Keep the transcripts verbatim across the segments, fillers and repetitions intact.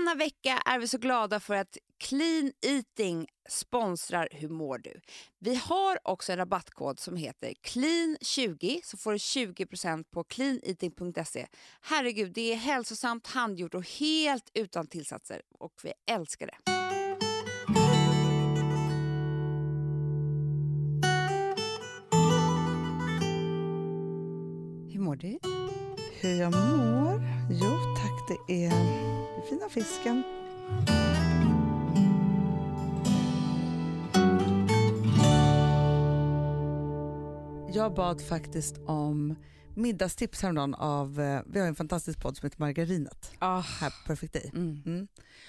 Denna vecka är vi så glada för att Clean Eating sponsrar Hur mår du? Vi har också en rabattkod som heter clean tjugo, så får du tjugo procent på clean eating punkt se. Herregud, det är hälsosamt, handgjort och helt utan tillsatser och vi älskar det. Hur mår du? Hur jag mår? Jo tack, det är den fina fisken. Jag bad faktiskt om middagstips häromdagen av, vi har en fantastisk podd som heter Margarinet. Oh. Här på Perfect Day. Mm. Mm.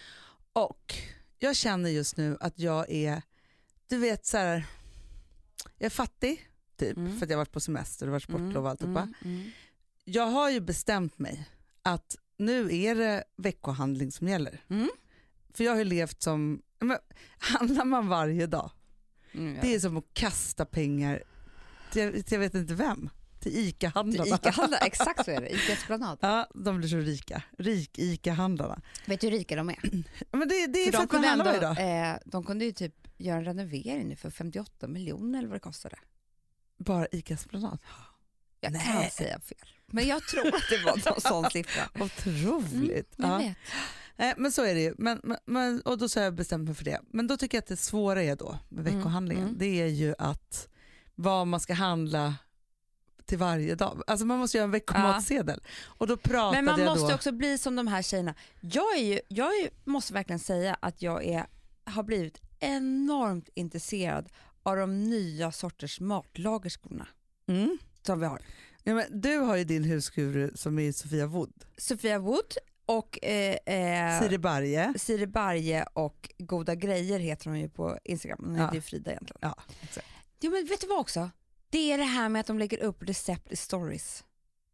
Och jag känner just nu att jag är, du vet så här, jag är fattig typ Mm. för att jag har varit på semester och varit sportlov och alltihopa. Mm. Mm. Jag har ju bestämt mig att nu är det veckohandling som gäller. Mm. För jag har ju levt som, men, handlar man varje dag? Mm, ja. Det är som att kasta pengar till, till jag vet inte vem. Till ICA-handlarna. Till ICA-handlarna, exakt så är det. ICA-esplanad. Ja, de blir så rika. Rik ICA-handlarna. Vet du hur rika de är? Men det, det är för, för för att man handlar varje dag. eh, de kunde ju typ göra en renovering nu för femtioåtta miljoner eller vad det kostade. Bara ICA-esplanad. Jag Nej. kan säga fel. Men jag tror att det var någon sån siffra. Otroligt. Mm, jag ja. vet. Eh, men så är det ju. Men, men, men, och då så har jag bestämt mig för det. Men då tycker jag att det svåra är då med veckohandlingen. Mm, mm. Det är ju att vad man ska handla till varje dag. Alltså man måste göra en veckomatsedel. Ja. Och då pratade Men man jag måste då... också bli som de här tjejerna. Jag, är ju, jag är ju, måste verkligen säga att jag är, har blivit enormt intresserad av de nya sorters matlagerskorna Mm. som vi har. Ja, men du har ju din husguru som är Sofia Wood. Sofia Wood och eh, eh, Siri Barje. Siri Barje och Goda Grejer heter hon ju på Instagram. Hon heter Ja. ju Frida egentligen. Ja, exakt. Jo, men vet du vad också? Det är det här med att de lägger upp recept i stories.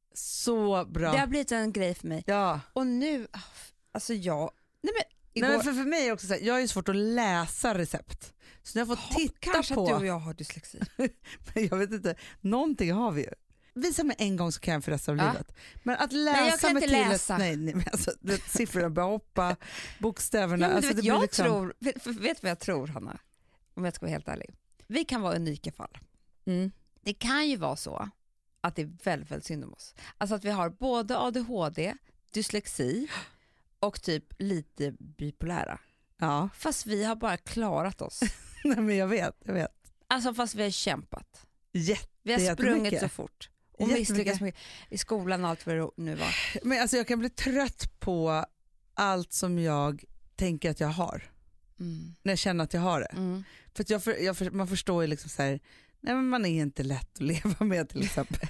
Så bra. Det har blivit en grej för mig. Ja. Och nu, alltså jag... Nej men, igår, Nej, men för, för mig är också så här, jag har ju svårt att läsa recept. Så när jag får ha, titta kanske på... att du och jag har dyslexi. Men jag vet inte, någonting har vi ju. Visa mig en gåg så kan jag för resten av Ja. livet. Men att läsa Nej, jag kan mig inte till läsa. Ett, nej, nej, men alltså, du vet, siffrorna börjar hoppa, bokstäverna. Ja, men du alltså, vet, det jag blir liksom... tror, vet, vet vad jag tror, Hanna? Om jag ska vara helt ärlig. Vi kan vara unika fall. Mm. Det kan ju vara så att det är väldigt, väldigt synd om oss. Alltså att vi har både A D H D, dyslexi och typ lite bipolära. Ja, Fast vi har bara klarat oss. nej, men jag vet, jag vet. Alltså fast vi har kämpat. Jätte, Vi har sprungit jättemycket. så fort. Och Jättemycket. misslyckats mycket i skolan och allt vad det nu var. Men alltså jag kan bli trött på allt som jag tänker att jag har. Mm. När jag känner att jag har det. Mm. För att jag, för, jag för, man förstår ju liksom så här, nej men man är inte lätt att leva med till exempel.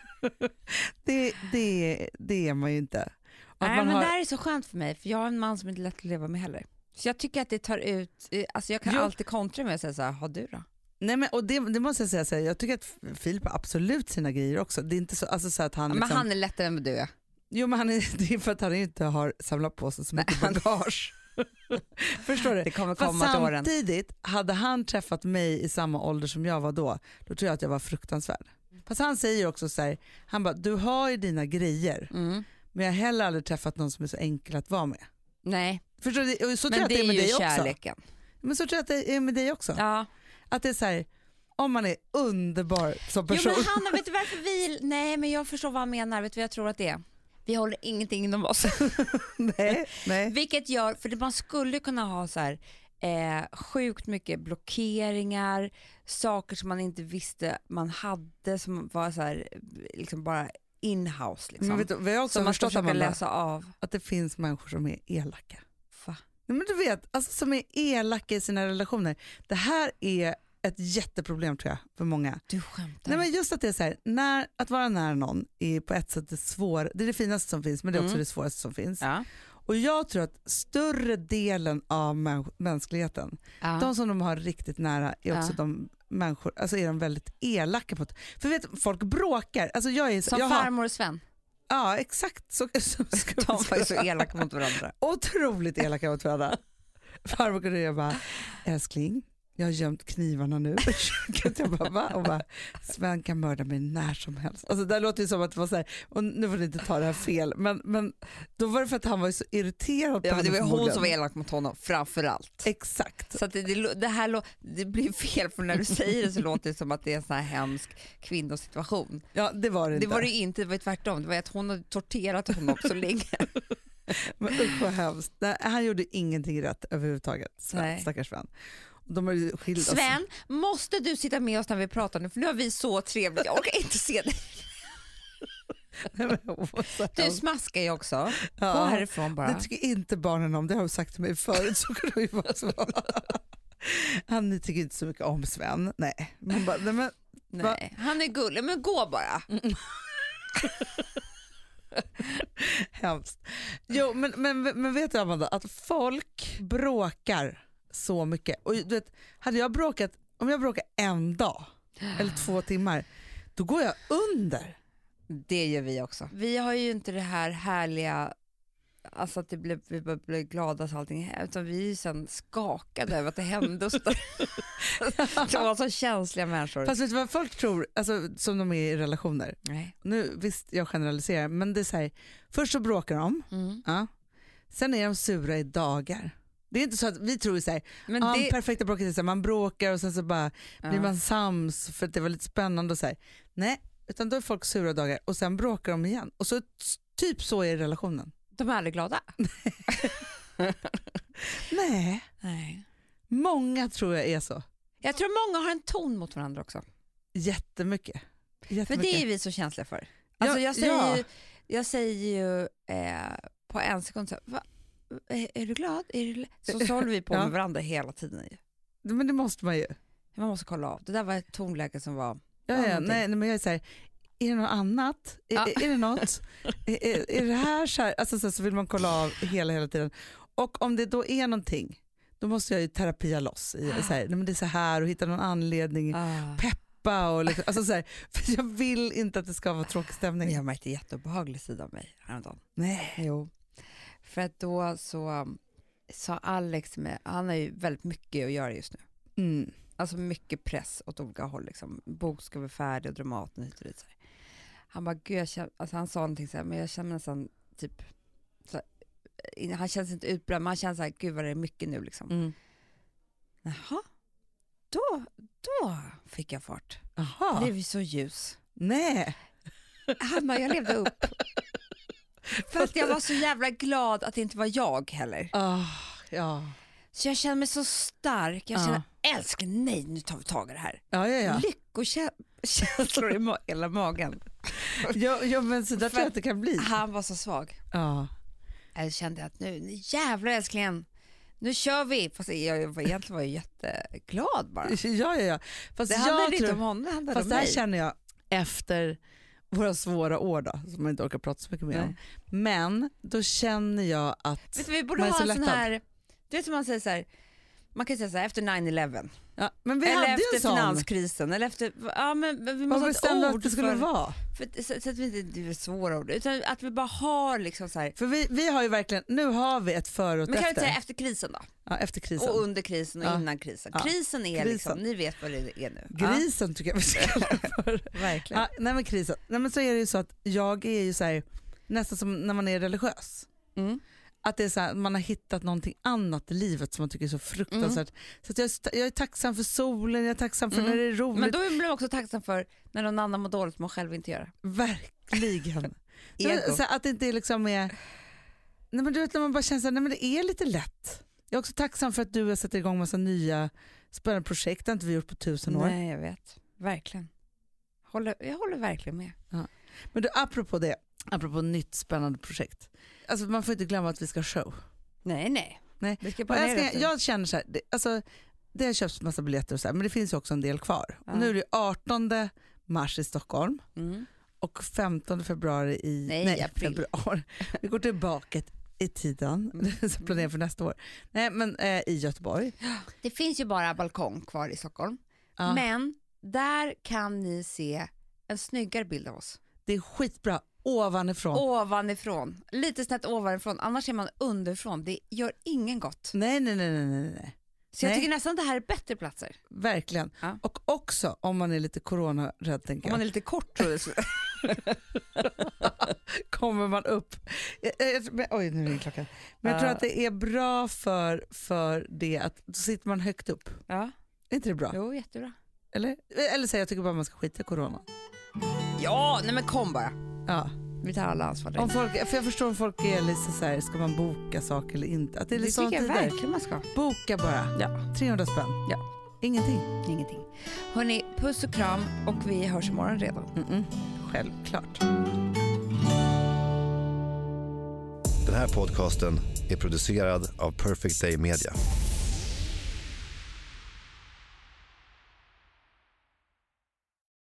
det, det, det är man ju inte. Och att Nej, man men har, det här är så skönt för mig. För jag har en man som inte är lätt att leva med heller. Så jag tycker att det tar ut, alltså jag kan Jo. alltid kontra med att säga så här, har du då? nej men, och det, det måste jag säga, så här, jag tycker att Filip har absolut sina grejer också. Det är inte så, alltså så att han, Ja, liksom, men han är lättare än vad du är. jo men han är, det är för att han inte har samlat på sig så mycket bagage. Förstår du? Det kommer Fast komma till åren. samtidigt, hade han träffat mig i samma ålder som jag var då, då tror jag att jag var fruktansvärd. Fast han säger också så här, han bara, du har ju dina grejer, Mm. men jag har heller aldrig träffat någon som är så enkel att vara med. Nej, Förstår du? Och så tror men jag att det det är är med ju dig också. kärleken. Men så tror jag att det är med dig också. Ja. Att det är så här, om man är underbar som Jo person. men Hanna, vet du varför vi... Nej, men jag förstår vad han menar. Vet du vad jag tror att det är? Vi håller ingenting inom oss. nej, nej. Vilket gör, för man skulle kunna ha så här eh, sjukt mycket blockeringar, saker som man inte visste man hade, som var så här liksom bara in-house liksom. Men vet du, vi har också som man ska förstått, försöka Amanda, läsa av. att det finns människor som är elaka. Va? Nej, men du vet, alltså, som är elaka i sina relationer. Det här är ett jätteproblem tror jag för många. Du skämtar. Nej, men just att det är så här, när, att vara nära någon är på ett sätt det svår, det är det finaste som finns, men det är också Mm. det svåraste som finns. Ja. Och jag tror att större delen av mä- mänskligheten, Ja. de som de har riktigt nära är också Ja. de människor, alltså är de väldigt elaka på det. För vet du, folk bråkar. Alltså jag är, Som jag har, farmor och Sven. ja, exakt. Så, så, så, De var ju så elaka mot varandra. otroligt elaka mot varandra. Farmor kunde jag bara, älskling, jag har gömt knivarna nu. Jag bara, va? Och bara, Sven kan mörda mig när som helst. Alltså där låter det som att det var så här, och nu får ni inte ta det här fel, men, men då var det för att han var så irriterad på ja, henne. det var hon som var elak mot honom framförallt. Exakt. Så att det, det, det här det blir fel, för när du säger det så låter det som att det är en sån här hemsk kvinnosituation. Ja, det var det inte. Det var det inte, det var tvärtom. Det var att hon hade torterat honom så länge. Men usch vad hemskt. Nej, han gjorde ingenting rätt överhuvudtaget. Sven, stackars Sven. De är skilda. Sven, måste du sitta med oss när vi pratar nu? För nu har vi så trevligt. Jag orkar inte se dig. Du smaskar ju också. Ja, gå härifrån bara. Det tycker inte barnen om. Det har du sagt till mig förut. Så kan det ju vara så. Han ni tycker inte så mycket om Sven. Nej. Man bara, nej, men, nej. Han är gullig, men gå bara. Mm. Hemskt. Jo, men, men, men vet du Amanda, att folk bråkar så mycket. Och du vet, hade jag bråkat, om jag bråkar en dag eller två timmar, då går jag under. Det gör vi också. Vi har ju inte det här härliga, alltså att det blev, vi blev glada så allting, utan vi är sen skakade över att det hände. Det var så känsliga människor. Fast vet du vad folk tror, alltså, som de är i relationer? Nej. Nu visst, jag generaliserar, men det är så här, först så bråkar de, mm. ja. Sen är de sura i dagar. Det är inte så att vi tror så här, men det... ja, perfekta bråket är så här, man bråkar och sen så bara ja. Blir man sams för att det var lite spännande och så här. Nej, utan då är folk sura dagar och sen bråkar de igen. Och så typ så är relationen. De är aldrig glada. Nej. Nej. Många tror jag är så. Jag tror många har en ton mot varandra också. Jättemycket. Jättemycket. För det är vi så känsliga för. Alltså ja, jag säger ja. ju, jag säger ju eh, på en sekund så va? Är, är du glad? Är du... Så, så håller vi på med ja. varandra hela tiden. Men det måste man ju. Man måste kolla av. Det där var ett tonläge som var... Ja, ja, nej, nej, men jag är så här, är det något annat? Är, ja. är, är det något? är, är, är det här så här? Alltså så, så vill man kolla av hela, hela tiden. Och om det då är någonting, då måste jag ju terapia loss. I, så här, nej, men det är så här och hitta någon anledning. Ah. Peppa och liksom, alltså så här, för jag vill inte att det ska vara tråkig stämning. Jag märkte en jätteobehaglig sida av mig häromdagen. Nej. Jo. För att då så sa Alex, med, han har ju väldigt mycket att göra just nu. Mm. Alltså mycket press åt olika håll. Liksom. Bok ska vara färdig och Dramaten hit och dit. Så här. Han bara, gud, jag känner, alltså han sa någonting så här, men jag känner nästan typ, så här, han känns inte utbränd, men han känner så här, gud vad det är mycket nu liksom. Mm. Jaha, då, då fick jag fart. Jaha. Det blev så ljus. Nej. Han bara, jag levde upp. För att jag var så jävla glad att det inte var jag heller. Oh, ja. Så jag känner mig så stark. Jag känner, uh. älskling, nej, nu tar vi tag i det här. Ja, ja, ja. Lyckokänslor i ma- hela magen. Ja, ja, men så där tror jag att det kan bli. Han var så svag. Ja. Jag kände att nu, nu jävlar älsklingen, nu kör vi. Fast jag var, egentligen var jag jätteglad bara. Ja, ja, ja. Fast det handlade inte om honom, det handlade fast om där mig. Känner jag efter våra svåra år då, som man inte orkar prata så mycket mer om. Men då känner jag att vet du, vi borde ha en sån här, du vet som man säger så här, man kan säga så här, efter nine eleven. Ja, men vi eller hade efter en sån. Finanskrisen eller efter, ja men vi måste ha ett ord att det skulle för, vara. För, så, så att vi inte, det är svåra ord, utan att vi bara har liksom så här. För vi, vi har ju verkligen, nu har vi ett före och men kan efter. vi säga efter krisen då? Ja, efter krisen. Och under krisen och ja. innan krisen. Ja. Krisen är krisen. liksom, ni vet vad det är nu. Grisen ja. Tycker jag vi ska kalla för. Verkligen. Ja, nej men krisen. Nej men så är det ju så att jag är ju så här, nästan som när man är religiös. Mm. Att det är så här, man har hittat någonting annat i livet som man tycker är så fruktansvärt. Mm. Så att jag, jag är tacksam för solen, jag är tacksam för mm. när det är roligt. Men då blir man också tacksam för när någon annan mår dåligt man själv inte gör. Verkligen. så att det inte är liksom är, nej men du vet när man bara känner så här, nej men det är lite lätt. Jag är också tacksam för att du har satt igång massa nya spännande projekt, det har inte vi gjort på tusen år. Nej jag vet, verkligen. Håller, jag håller verkligen med. Ja. Men du, apropå det, apropå nytt spännande projekt. Alltså man får inte glömma att vi ska show. Nej, nej. nej. Vi ska jag, ska, jag känner så här, det, alltså, det har köpts massa biljetter och så här, men det finns ju också en del kvar. Ja. Och nu är det artonde mars i Stockholm mm. och femtonde februari i nej, nej, april. februari. Vi går tillbaka i tiden, mm. så planerar för nästa år. Nej, men eh, i Göteborg. Det finns ju bara balkong kvar i Stockholm. Ja. Men där kan ni se en snyggare bild av oss. Det är skitbra. Ovanifrån. Ovanifrån. Lite snett ovanifrån. Annars är man underifrån. Det gör ingen gott. Nej, nej, nej, nej, nej. Så jag Nej. tycker nästan det här är bättre platser. Verkligen. Ja. Och också om man är lite coronarädd, tänker jag. Om man är lite kort tror jag. Kommer man upp. Oj, nu är det klockan. Men jag tror att det är bra för, för det att då sitter man högt upp. Ja. Är inte det bra? Jo, jättebra. Eller, eller säger jag tycker bara man ska skita i corona. Ja, nej men kom bara. Ja. Vi tar alla ansvar. Om folk, för jag förstår om folk är lite så här, ska man boka saker eller inte? Att det är det lite tycker jag tider. verkligen man ska. Boka bara. Ja. trehundra spänn. Ja. Ingenting. Ingenting. Hörrni, puss och kram och vi hörs imorgon redan. Mm-mm. Självklart. Den här podcasten är producerad av Perfect Day Media.